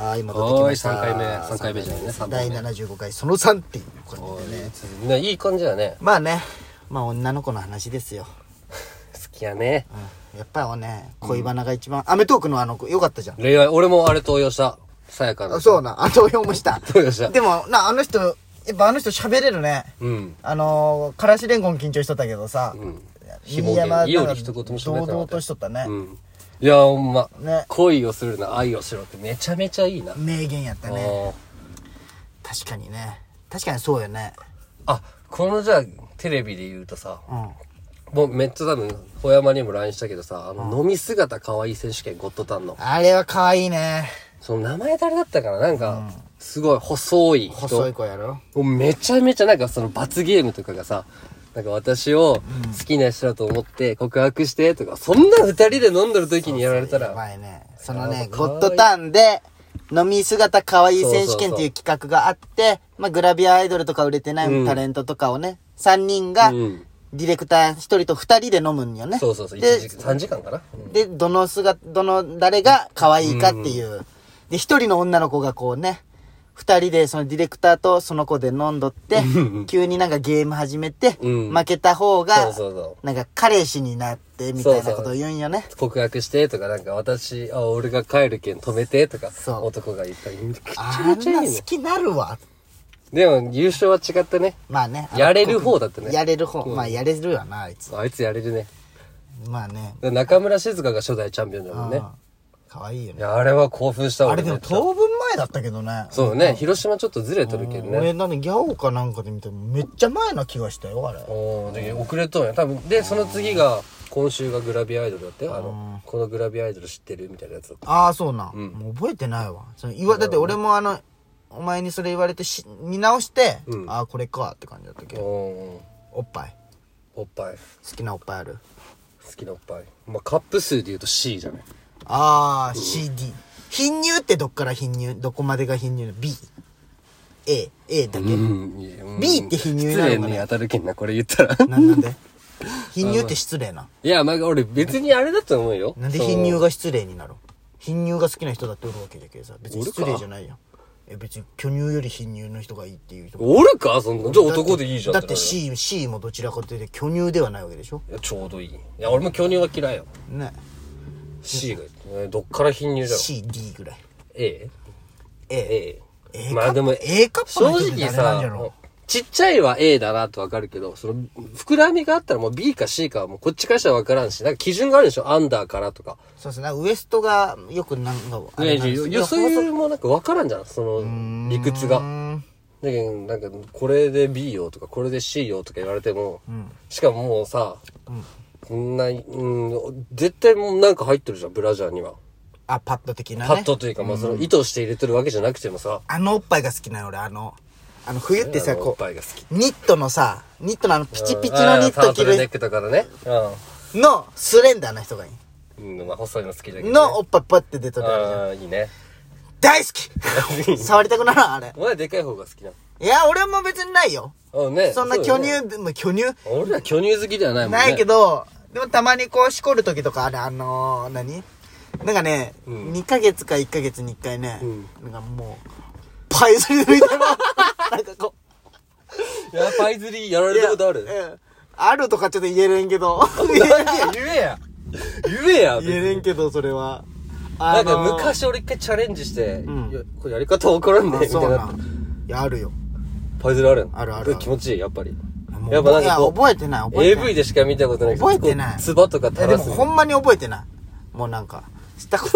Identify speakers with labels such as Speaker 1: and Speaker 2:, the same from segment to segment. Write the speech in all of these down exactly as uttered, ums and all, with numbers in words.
Speaker 1: はい、戻ってきました。
Speaker 2: さんかいめ、さんかいめじゃないね。
Speaker 1: だいななじゅうごかいそのさんっていう感じでね。
Speaker 2: ね、いい感じだね。
Speaker 1: まあね、まあ女の子の話ですよ。
Speaker 2: 好きやね。
Speaker 1: うん、やっぱりね、恋バナが一番、うん、アメトークのあの、良かったじゃん。
Speaker 2: 恋愛、俺もあれ投票した。さやかの。
Speaker 1: そうな、あ、投票もした。
Speaker 2: 投票した。
Speaker 1: でも、な、あの人、やっぱあの人喋れるね。
Speaker 2: うん。
Speaker 1: あのー、からしれんこん緊張しとったけどさ、うん。
Speaker 2: 新山いいより一言も
Speaker 1: 喋れた。堂々としとったね。うん。
Speaker 2: いやほんま、
Speaker 1: ね、
Speaker 2: 恋をするな愛をしろってめちゃめちゃいいな
Speaker 1: 名言やったね。確かにね、確かにそうよね。
Speaker 2: あ、このじゃあテレビで言うとさ、うん、もうめっちゃ多分小山にも ライン したけどさ、あの、うん、飲み姿可愛い選手権ゴッドタンの
Speaker 1: あれは可愛いね。
Speaker 2: その名前誰だったかな、なんか、うん、すごい細い人、
Speaker 1: 細い子やろ。
Speaker 2: もうめちゃめちゃなんかその罰ゲームとかがさ、なんか私を好きな人だと思って告白してとか、そんな二人で飲んでる時にやられたら。
Speaker 1: やばいね。そのね、ゴッドタンで飲み姿可愛い選手権っていう企画があって、まあグラビアアイドルとか売れてないタレントとかをね、さんにんが、ディレクターひとりとふたりで飲むんよね。
Speaker 2: そうそうそう。で、さんじかんかな。
Speaker 1: うん、で、どの姿、どの誰が可愛いかっていう。うん、で、ひとりの女の子がこうね、二人でそのディレクターとその子で飲んどって急になんかゲーム始めて、うん、負けた方がそうそうそうなんか彼氏になってみたいなことを言うんよね。
Speaker 2: そうそう告白してとか、なんか私あ俺が帰るけん止めてとか男が言ったり、
Speaker 1: あんな好きなるわ。
Speaker 2: でも優勝は違ったね。
Speaker 1: まあね、
Speaker 2: やれる方だったね。
Speaker 1: やれる方、うん、まあやれるわなあいつ。
Speaker 2: あいつやれるね。
Speaker 1: まあね。
Speaker 2: 中村静香が初代チャンピオンだもんね。
Speaker 1: 可愛いよね。
Speaker 2: いや、あれは興奮したわ。
Speaker 1: あれでも当分前だったけどね。
Speaker 2: そうね、広島ちょっとずれとるけどね。
Speaker 1: 俺なんでギャオかなんかで見てもめっちゃ前な気がしたよ、あれ。
Speaker 2: おー、遅れとんや。多分。で、その次が、今週がグラビアアイドルだったよ。あの、このグラビアアイドル知ってるみたいなやつだった。
Speaker 1: ああ、そうな。うん、もう覚えてないわ。その言わ、だって俺もあの、お前にそれ言われてし、見直して、うん、ああ、これかって感じだったけど。お, おっぱい。
Speaker 2: おっぱい。
Speaker 1: 好きなおっぱいある？
Speaker 2: 好きなおっぱい。まあ、カップ数で言うと シー じゃない。
Speaker 1: ああ、うん、シーディー。貧乳ってどっから貧乳？どこまでが貧乳の ?B。A。A だけ、うん、?B って貧乳なのか、ね、
Speaker 2: 失礼に当たるけんな、これ言ったら。
Speaker 1: なんなんで貧乳って失礼な。
Speaker 2: いや、まあ、俺別にあれだと思うよ。
Speaker 1: なんで貧乳が失礼になる？貧乳が好きな人だっておるわけだけどさ、別に失礼じゃないよ。え、別に巨乳より貧乳の人がいいっていう人も
Speaker 2: おるかそんな。じゃあ男でいいじゃん。
Speaker 1: だって C、C もどちらかというと巨乳ではないわけでしょ。
Speaker 2: いや、ちょうどいい。いや、俺も巨乳は嫌いよ。
Speaker 1: ね。
Speaker 2: C が、どっから貧乳だろ。
Speaker 1: C、D ぐらい。
Speaker 2: A？
Speaker 1: A。
Speaker 2: A。まあでも
Speaker 1: A カップの人って誰なんじゃろ。
Speaker 2: 正直さ、ちっちゃいは A だなとわかるけど、その、膨らみがあったらもう B か C かはもうこっちからしたらわからんし、なんか基準があるでしょ、アンダーからとか。
Speaker 1: そうですね、ウエストがよくなんか、
Speaker 2: あれなんですよ。いや、そういうもなんかわからんじゃん、その、理屈が。だけど、なんか、これで B よとか、これで C よとか言われても、うん、しかももうさ、うん、こんな、うん、絶対もうなんか入ってるじゃん、ブラジャーには。
Speaker 1: あ、パッド的なね。
Speaker 2: パッドというか、まあその意図して入れてるわけじゃなくてもさ。
Speaker 1: あのおっぱいが好きなの俺、あの、あの冬ってさ、こ
Speaker 2: う、
Speaker 1: ニットのさ、ニットのあのピチピチのニット着る。
Speaker 2: ネックとかのね。
Speaker 1: うん。の、スレンダーな人がいい。
Speaker 2: うん、まあ細いの好きだけど、ね。
Speaker 1: のおっぱいパッて出とる
Speaker 2: あるじゃん。ああ、いいね。
Speaker 1: 大好き触りたくなるあれ。
Speaker 2: お前でかい方が好きなの？
Speaker 1: いや、俺も別にないよ。
Speaker 2: うんね。
Speaker 1: そんな巨乳、ね、もう巨乳
Speaker 2: 俺ら巨乳好きではないもんね。
Speaker 1: ないけど、でもたまにこうしこる時とかあれ、あのー、何なんかね、うん、にかげつかいっかげつにいっかいね、うん、なんかもう、パイズリ抜いてるなんかこ
Speaker 2: う。いや、パイズリやられたことある？
Speaker 1: あるとかちょっと言えれんけど。
Speaker 2: いや、言えや。言えや。
Speaker 1: 言えれんけど、それは。
Speaker 2: なんか昔俺一回チャレンジして、うん、いやこれやり方わからんねみたいな。
Speaker 1: いや、あるよ。
Speaker 2: パイズリあるん？
Speaker 1: あるある。
Speaker 2: 気持ちいい、やっぱり。
Speaker 1: やっぱなんかこう、覚えてない、覚えてない。
Speaker 2: エーブイ でしか見たことないけど、
Speaker 1: 覚えてない。
Speaker 2: ツバとか垂らす。
Speaker 1: でもほんまに覚えてない。もうなんか、したこと。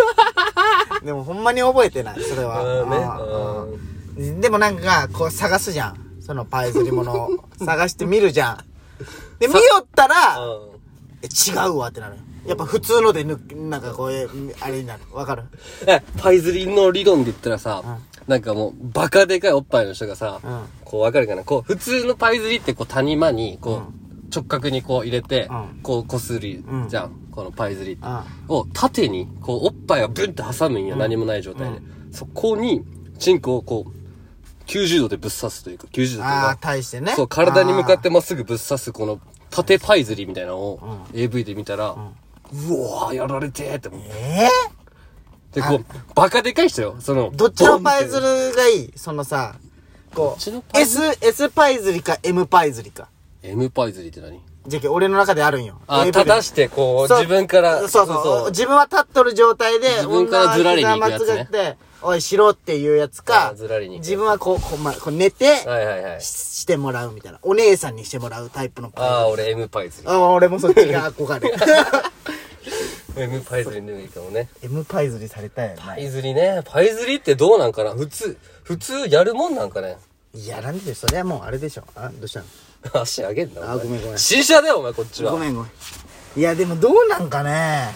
Speaker 1: でもほんまに覚えてない、それは。ね、でもなんか、こう探すじゃん。そのパイズリものを探してみるじゃん。で、見よったら、え、違うわってなる。やっぱ普通のでぬ、なんかこういう、あれになる。わかる？
Speaker 2: え、パイズリの理論で言ったらさ、うん、なんかもう、バカでかいおっぱいの人がさ、うん、こうわかるかな？こう、普通のパイズリってこう谷間に、こう、うん、直角にこう入れて、うん、こうこすり、うん、じゃん。このパイズリって。うん、を縦に、こう、おっぱいをブンって挟むんよ。うん、何もない状態で。うん、そこに、チンコをこう、きゅうじゅうどでぶっ刺すというか、きゅうじゅうどとか。
Speaker 1: ああ、対してね。
Speaker 2: そう、体に向かってまっすぐぶっ刺す、この、縦パイズリみたいなのを、エーブイ で見たら、うん、うわー、やられてーって思って。
Speaker 1: え
Speaker 2: で、こう、バカでかい人よ。その、
Speaker 1: どっちのパイズルがいい？そのさ、こう、S、S パイズリか M パイズリか。
Speaker 2: M パイズリって何？
Speaker 1: じゃけ、俺の中であるんよ。
Speaker 2: あ、立たして、こう、自分から。
Speaker 1: そうそうそう。自分は立っとる状態で、
Speaker 2: 自分からずらりに行くやつね。
Speaker 1: て、おい、しろっていうやつか、
Speaker 2: ずらりに
Speaker 1: 自分はこう、こう、ま、こう寝て、
Speaker 2: はいはいはい。
Speaker 1: してもらうみたいな。お姉さんにしてもらうタイプの
Speaker 2: パイズリ。ああ、俺 M パイズリ。
Speaker 1: ああ、俺もそっちが憧れ。
Speaker 2: M パイズリでもいいかもね。
Speaker 1: M パイズリされたよね。
Speaker 2: パイズリね。パイズリってどうなんかな？普通、普通やるもんなんかね。
Speaker 1: いや、なんでそれはもうあれでしょ。あ、どうしたの？
Speaker 2: 足上げんな。
Speaker 1: あ、ごめんごめん。
Speaker 2: 新車だよ、お前、こっちは。
Speaker 1: ごめんごめん。いや、でもどうなんかね。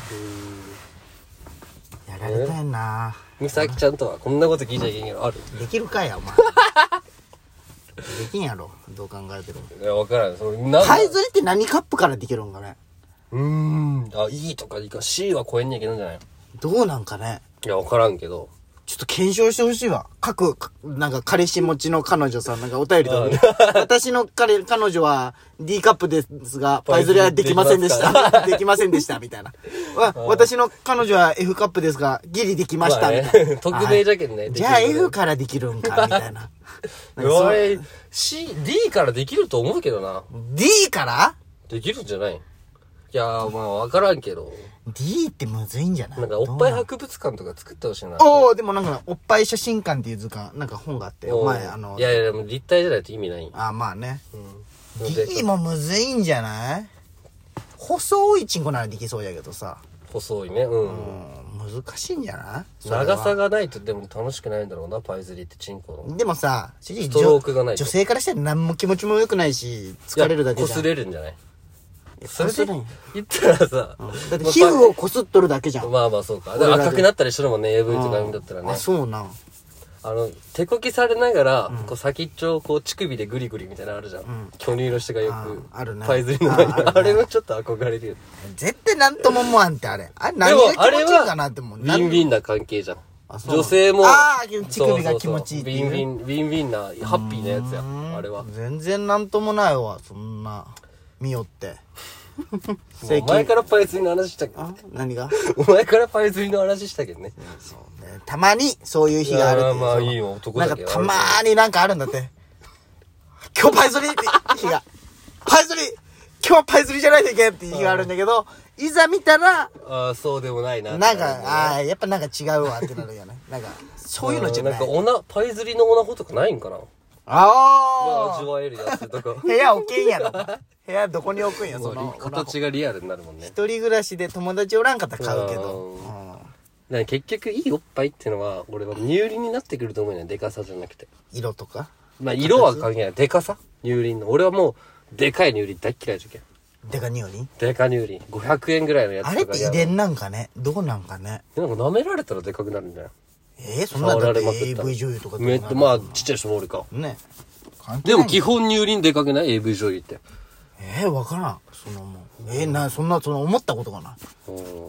Speaker 1: やられたいな。
Speaker 2: 美咲ちゃんとはこんなこと聞いちゃいけんけど、ある？
Speaker 1: できるかや、お前。できんやろ。どう考えてる
Speaker 2: いや、わからん。その
Speaker 1: パイズリって何カップからできるんかね。
Speaker 2: うーん。あ、E とかいいか C は超えんにゃいけないんじゃない？
Speaker 1: どうなんかね。
Speaker 2: いや、わからんけど。
Speaker 1: ちょっと検証してほしいわ。各、なんか彼氏持ちの彼女さん、なんかお便りとか。私の彼、彼女は D カップですが、パイズリはできませんでした。できませんでした、みたいな。わ、私の彼女は F カップですが、ギリできました、みたいな。
Speaker 2: 匿名じゃけんね。
Speaker 1: じゃあ F からできるんか、みたいな。
Speaker 2: 俺、C、D からできると思うけどな。
Speaker 1: D から？
Speaker 2: できるんじゃない？いやー、まあわからんけど。
Speaker 1: D ってむずいんじゃない？
Speaker 2: なんかおっぱい博物館とか作ってほしいな。
Speaker 1: おー、でもなんかおっぱい写真館っていう図鑑、なんか本があって、お前あの。
Speaker 2: いやいや、でも立体じゃないと意味ない。
Speaker 1: あ、まあね。
Speaker 2: うん。
Speaker 1: D もむずいんじゃない？細いチンコならできそうやけどさ。
Speaker 2: 細いね。うん。うん、
Speaker 1: 難しいんじゃない？
Speaker 2: 長さがないとでも楽しくないんだろうな、パイズリってチンコの。
Speaker 1: でもさ、
Speaker 2: ストロークがないと。
Speaker 1: 女性からしたら何も気持ちも良くないし、疲れるだけじゃん。
Speaker 2: 擦れるんじゃない？
Speaker 1: それで
Speaker 2: 言ったらさ、
Speaker 1: うん、だって皮膚をこすっとるだけじゃん。
Speaker 2: まあまあそうか。赤くなったりするもんね、エーブイ とか読みだったらね。
Speaker 1: あ、そうなん。
Speaker 2: あの、手こきされながら、うん、こう先っちょをこう乳首でグリグリみたいなのあるじゃん。うん、巨乳の人がよく、
Speaker 1: あるね。
Speaker 2: パイズリの前に。あ, あ, ね、あれもちょっと憧れるよ。
Speaker 1: 絶対なんとも思わんってあれ。あれ何が気持ちいいかなって思う。
Speaker 2: ウィンウィンな関係じゃん。女性も。
Speaker 1: ああ、乳首が気持ちいいっていう。
Speaker 2: ウィンウィン、ウィンウィンな、ハッピーなやつや。あれは。
Speaker 1: 全然なんともないわ、そんな、見よって。
Speaker 2: お前からパイズリの話したっけ？
Speaker 1: 何が？
Speaker 2: お前からパイズリの話したけどね。
Speaker 1: そうね。たまにそういう日があるって。
Speaker 2: まあいいよ、男だけど。
Speaker 1: なんかたまーになんかあるんだって。今日パイズリって日が。パイズリ今日はパイズリじゃないといけんって日があるんだけど、いざ見たら、
Speaker 2: ああ、そうでもないな。
Speaker 1: なんか、ああ、やっぱなんか違うわってなるよね。なんか、そういうのじゃない。
Speaker 2: なんかおな、パイズリのオナホとかないんかな？
Speaker 1: あ
Speaker 2: あ。味わえるやつとか。
Speaker 1: 部屋置けんやろ。部屋どこに置くんや、その。
Speaker 2: 形がリアルになるもんね。
Speaker 1: 一人暮らしで友達おらんかったら買うけど。
Speaker 2: うん、結局いいおっぱいってのは、俺は乳輪になってくると思うよね。でかさじゃなくて。
Speaker 1: 色とか？
Speaker 2: まあ色は関係ない。でかさ乳輪の。俺はもう、でかい乳輪大っ嫌いじゃけん。
Speaker 1: でか乳輪？
Speaker 2: でか乳輪。ごひゃくえんぐらいのやつとか。
Speaker 1: あれって遺伝なんかね？どうなんかね？
Speaker 2: なんか舐められたらでかくなるんじゃない？
Speaker 1: えー、そんなだって エーブイ 女優とか
Speaker 2: めっまあ、ちっちゃい人もおるか。
Speaker 1: ね。
Speaker 2: でも基本乳輪でかくない？ エーブイ 女優って。
Speaker 1: えー、わからん。そのもう。えー、な、そんな、その思ったことがない。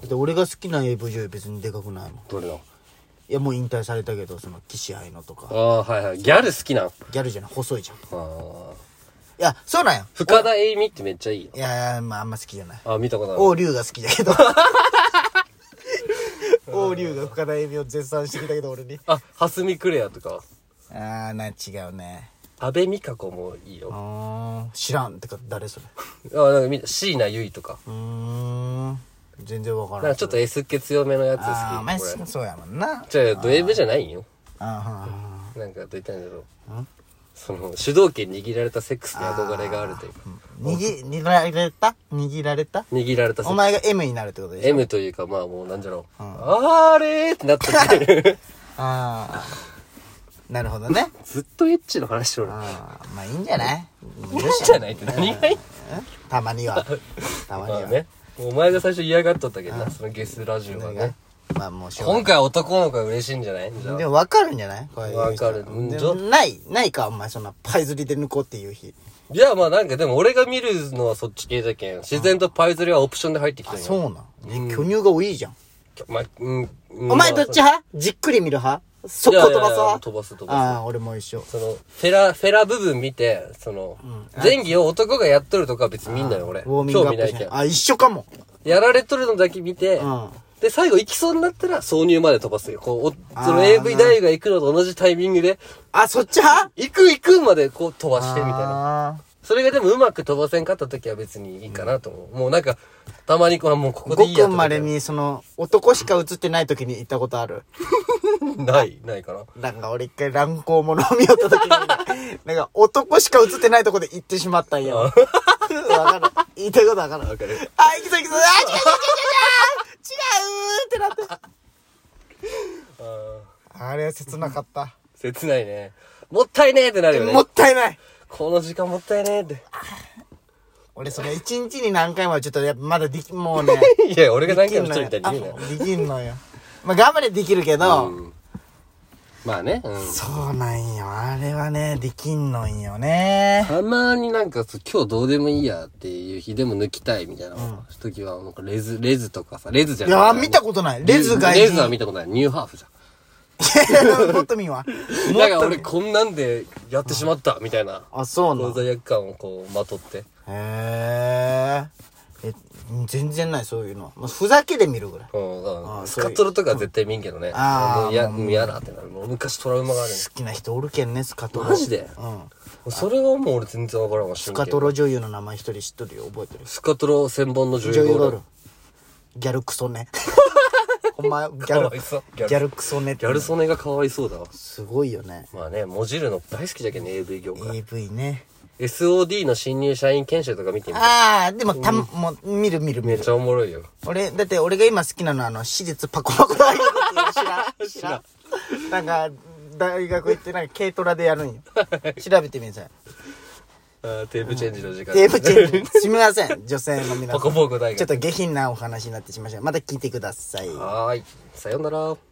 Speaker 1: で、俺が好きな エーブイ 女優別にでかくないもん。
Speaker 2: どれだ？
Speaker 1: いや、もう引退されたけど、その、岸愛のとか。
Speaker 2: ああ、はいはい。ギャル好きなん？
Speaker 1: ギャルじゃない、細いじゃん。あ
Speaker 2: あ。
Speaker 1: いや、そうなんよ。
Speaker 2: 深田栄美ってめっちゃいいよ。
Speaker 1: いやいや、まああんま好きじゃない。
Speaker 2: あ、見たことある。
Speaker 1: 王龍が好きだけど。王龍が深田栄美を絶賛してきたけど、俺に。
Speaker 2: あ、蓮見クレアとか。
Speaker 1: ああ、な、違うね。
Speaker 2: 安倍美香子もいいよ。
Speaker 1: ああ、知らん。てか、誰それ。
Speaker 2: あ、なんかみんな、椎名結衣とか。
Speaker 1: うーん。全然わからん。
Speaker 2: なんかちょっと S 気強めのやつ好き。
Speaker 1: ああ、まあ、そうやもんな。
Speaker 2: じゃあ、ド M じゃないんよ。
Speaker 1: あ
Speaker 2: あ、なんかどう言ったんだろう。その、主導権握られたセックスに憧れがあるというか。
Speaker 1: 握、握られた握られた
Speaker 2: 握られたセックス。
Speaker 1: お前が M になるってことでしょ？
Speaker 2: M というか、まあもうなんじゃろう。あれーってなってて。
Speaker 1: ああ。なるほどね。
Speaker 2: ずっとエッチの話しろる。
Speaker 1: ああ、まあいいんじゃない？
Speaker 2: いいんじゃないって何がいい？
Speaker 1: たまには。たまには。
Speaker 2: ね。お前が最初嫌がっとったけどな、そのゲスラジオはね。
Speaker 1: まあもう
Speaker 2: 今回男の子が嬉しいんじゃない？
Speaker 1: でも分かるんじゃない？
Speaker 2: 分かる。
Speaker 1: ない、ないか、お前そんなパイズリで抜こうっていう日。
Speaker 2: いや、まあなんかでも俺が見るのはそっち系だけん。自然とパイズリはオプションで入ってきてる。
Speaker 1: そうなん。巨乳が多いじゃん。
Speaker 2: まあ、うん。
Speaker 1: お前どっち派？じっくり見る派？そこ飛ばすわ。
Speaker 2: 飛ばす飛ばす。
Speaker 1: ああ、俺も一緒。
Speaker 2: その、フェラ、フェラ部分見て、その、前戯を男がやっとるとかは別に見んなよ、俺。
Speaker 1: 興味ないけん。あ、一緒かも。
Speaker 2: やられとるのだけ見て、 で、最後行きそうになったら挿入まで飛ばすよ。こう、その エーブイ 男優が行くのと同じタイミングで。
Speaker 1: あ、そっち派
Speaker 2: 行く行くまでこう飛ばしてみたいな。それがでもうまく飛ばせんかった時は別にいいかなと思う。うん、もうなんか、たまにこう、もうここでいいや
Speaker 1: ごくまれに、その、男しか映ってない時に行ったことある
Speaker 2: ない、ないかな。
Speaker 1: なんか俺一回乱行者を見よった時に、ね、なんか男しか映ってないとこで行ってしまったんよ。わかる。言いたいことわかる。
Speaker 2: わかる。
Speaker 1: あ、行くぞ行くぞ、あ、違う違う違う違う違うってなって。ああれは切なかった。
Speaker 2: 切ないね。もったいねえってなるよね。
Speaker 1: もったいない。
Speaker 2: この時間もったいねえって。
Speaker 1: 俺その一日に何回もちょっとやっぱまだでき、もうね。
Speaker 2: いや、俺が何回もしとるみたいに言うなよ。
Speaker 1: できんのよ。まあ頑張れできるけど、うん、
Speaker 2: まあね、うん。
Speaker 1: そうなんよ。あれはね、できんのんよね。
Speaker 2: たまになんか、今日どうでもいいやっていう日でも抜きたいみたいな、うん、時は、なんかレズ、レズとかさ、レズじゃない。
Speaker 1: いや、見たことない。レズ外人。
Speaker 2: レズは見たことない。ニューハーフじゃん。
Speaker 1: いや、もっと見んわ。
Speaker 2: だから俺こんなんでやってしまった、みたいな。
Speaker 1: あ、そうなの。
Speaker 2: 罪悪感をこう、まとって。
Speaker 1: へー。え、全然ない、そういうの。ふざけで見るぐらい。
Speaker 2: うん、スカトロとか絶対見んけどね。ああ。もうや、嫌だってなる。もう昔トラウマがあるね。
Speaker 1: 好きな人おるけんね、スカトロ。
Speaker 2: マジで？うん。それはもう俺全然わからんわ。
Speaker 1: スカトロ女優の名前一人知っとるよ、覚えてる。
Speaker 2: スカトロ千本の女優がおる。
Speaker 1: ギャルクソね。ほんま、ギャル、ギャルクソね。
Speaker 2: ギャルソネがかわいそうだわ。
Speaker 1: すごいよね。
Speaker 2: まあね、もじるの大好きじゃけんね、エーブイ 業界。
Speaker 1: エーブイ ね。
Speaker 2: エスオーディー の新入社員研修とか見てみて。
Speaker 1: ああ、でもた、もう、見る見る見る。
Speaker 2: めっちゃおもろいよ。
Speaker 1: 俺、だって俺が今好きなのはあの、私立パコパコ大学っていう知らん。知らん。なんか、大学行ってなんか軽トラでやるんよ。調べてみなさい。
Speaker 2: あテープチェンジの時間、
Speaker 1: テープチェンジ。すみません、女性の皆さん。
Speaker 2: ポコポコ大学。
Speaker 1: ちょっと下品なお話になってしまいました。また聞いてください。
Speaker 2: はーい。さようなら。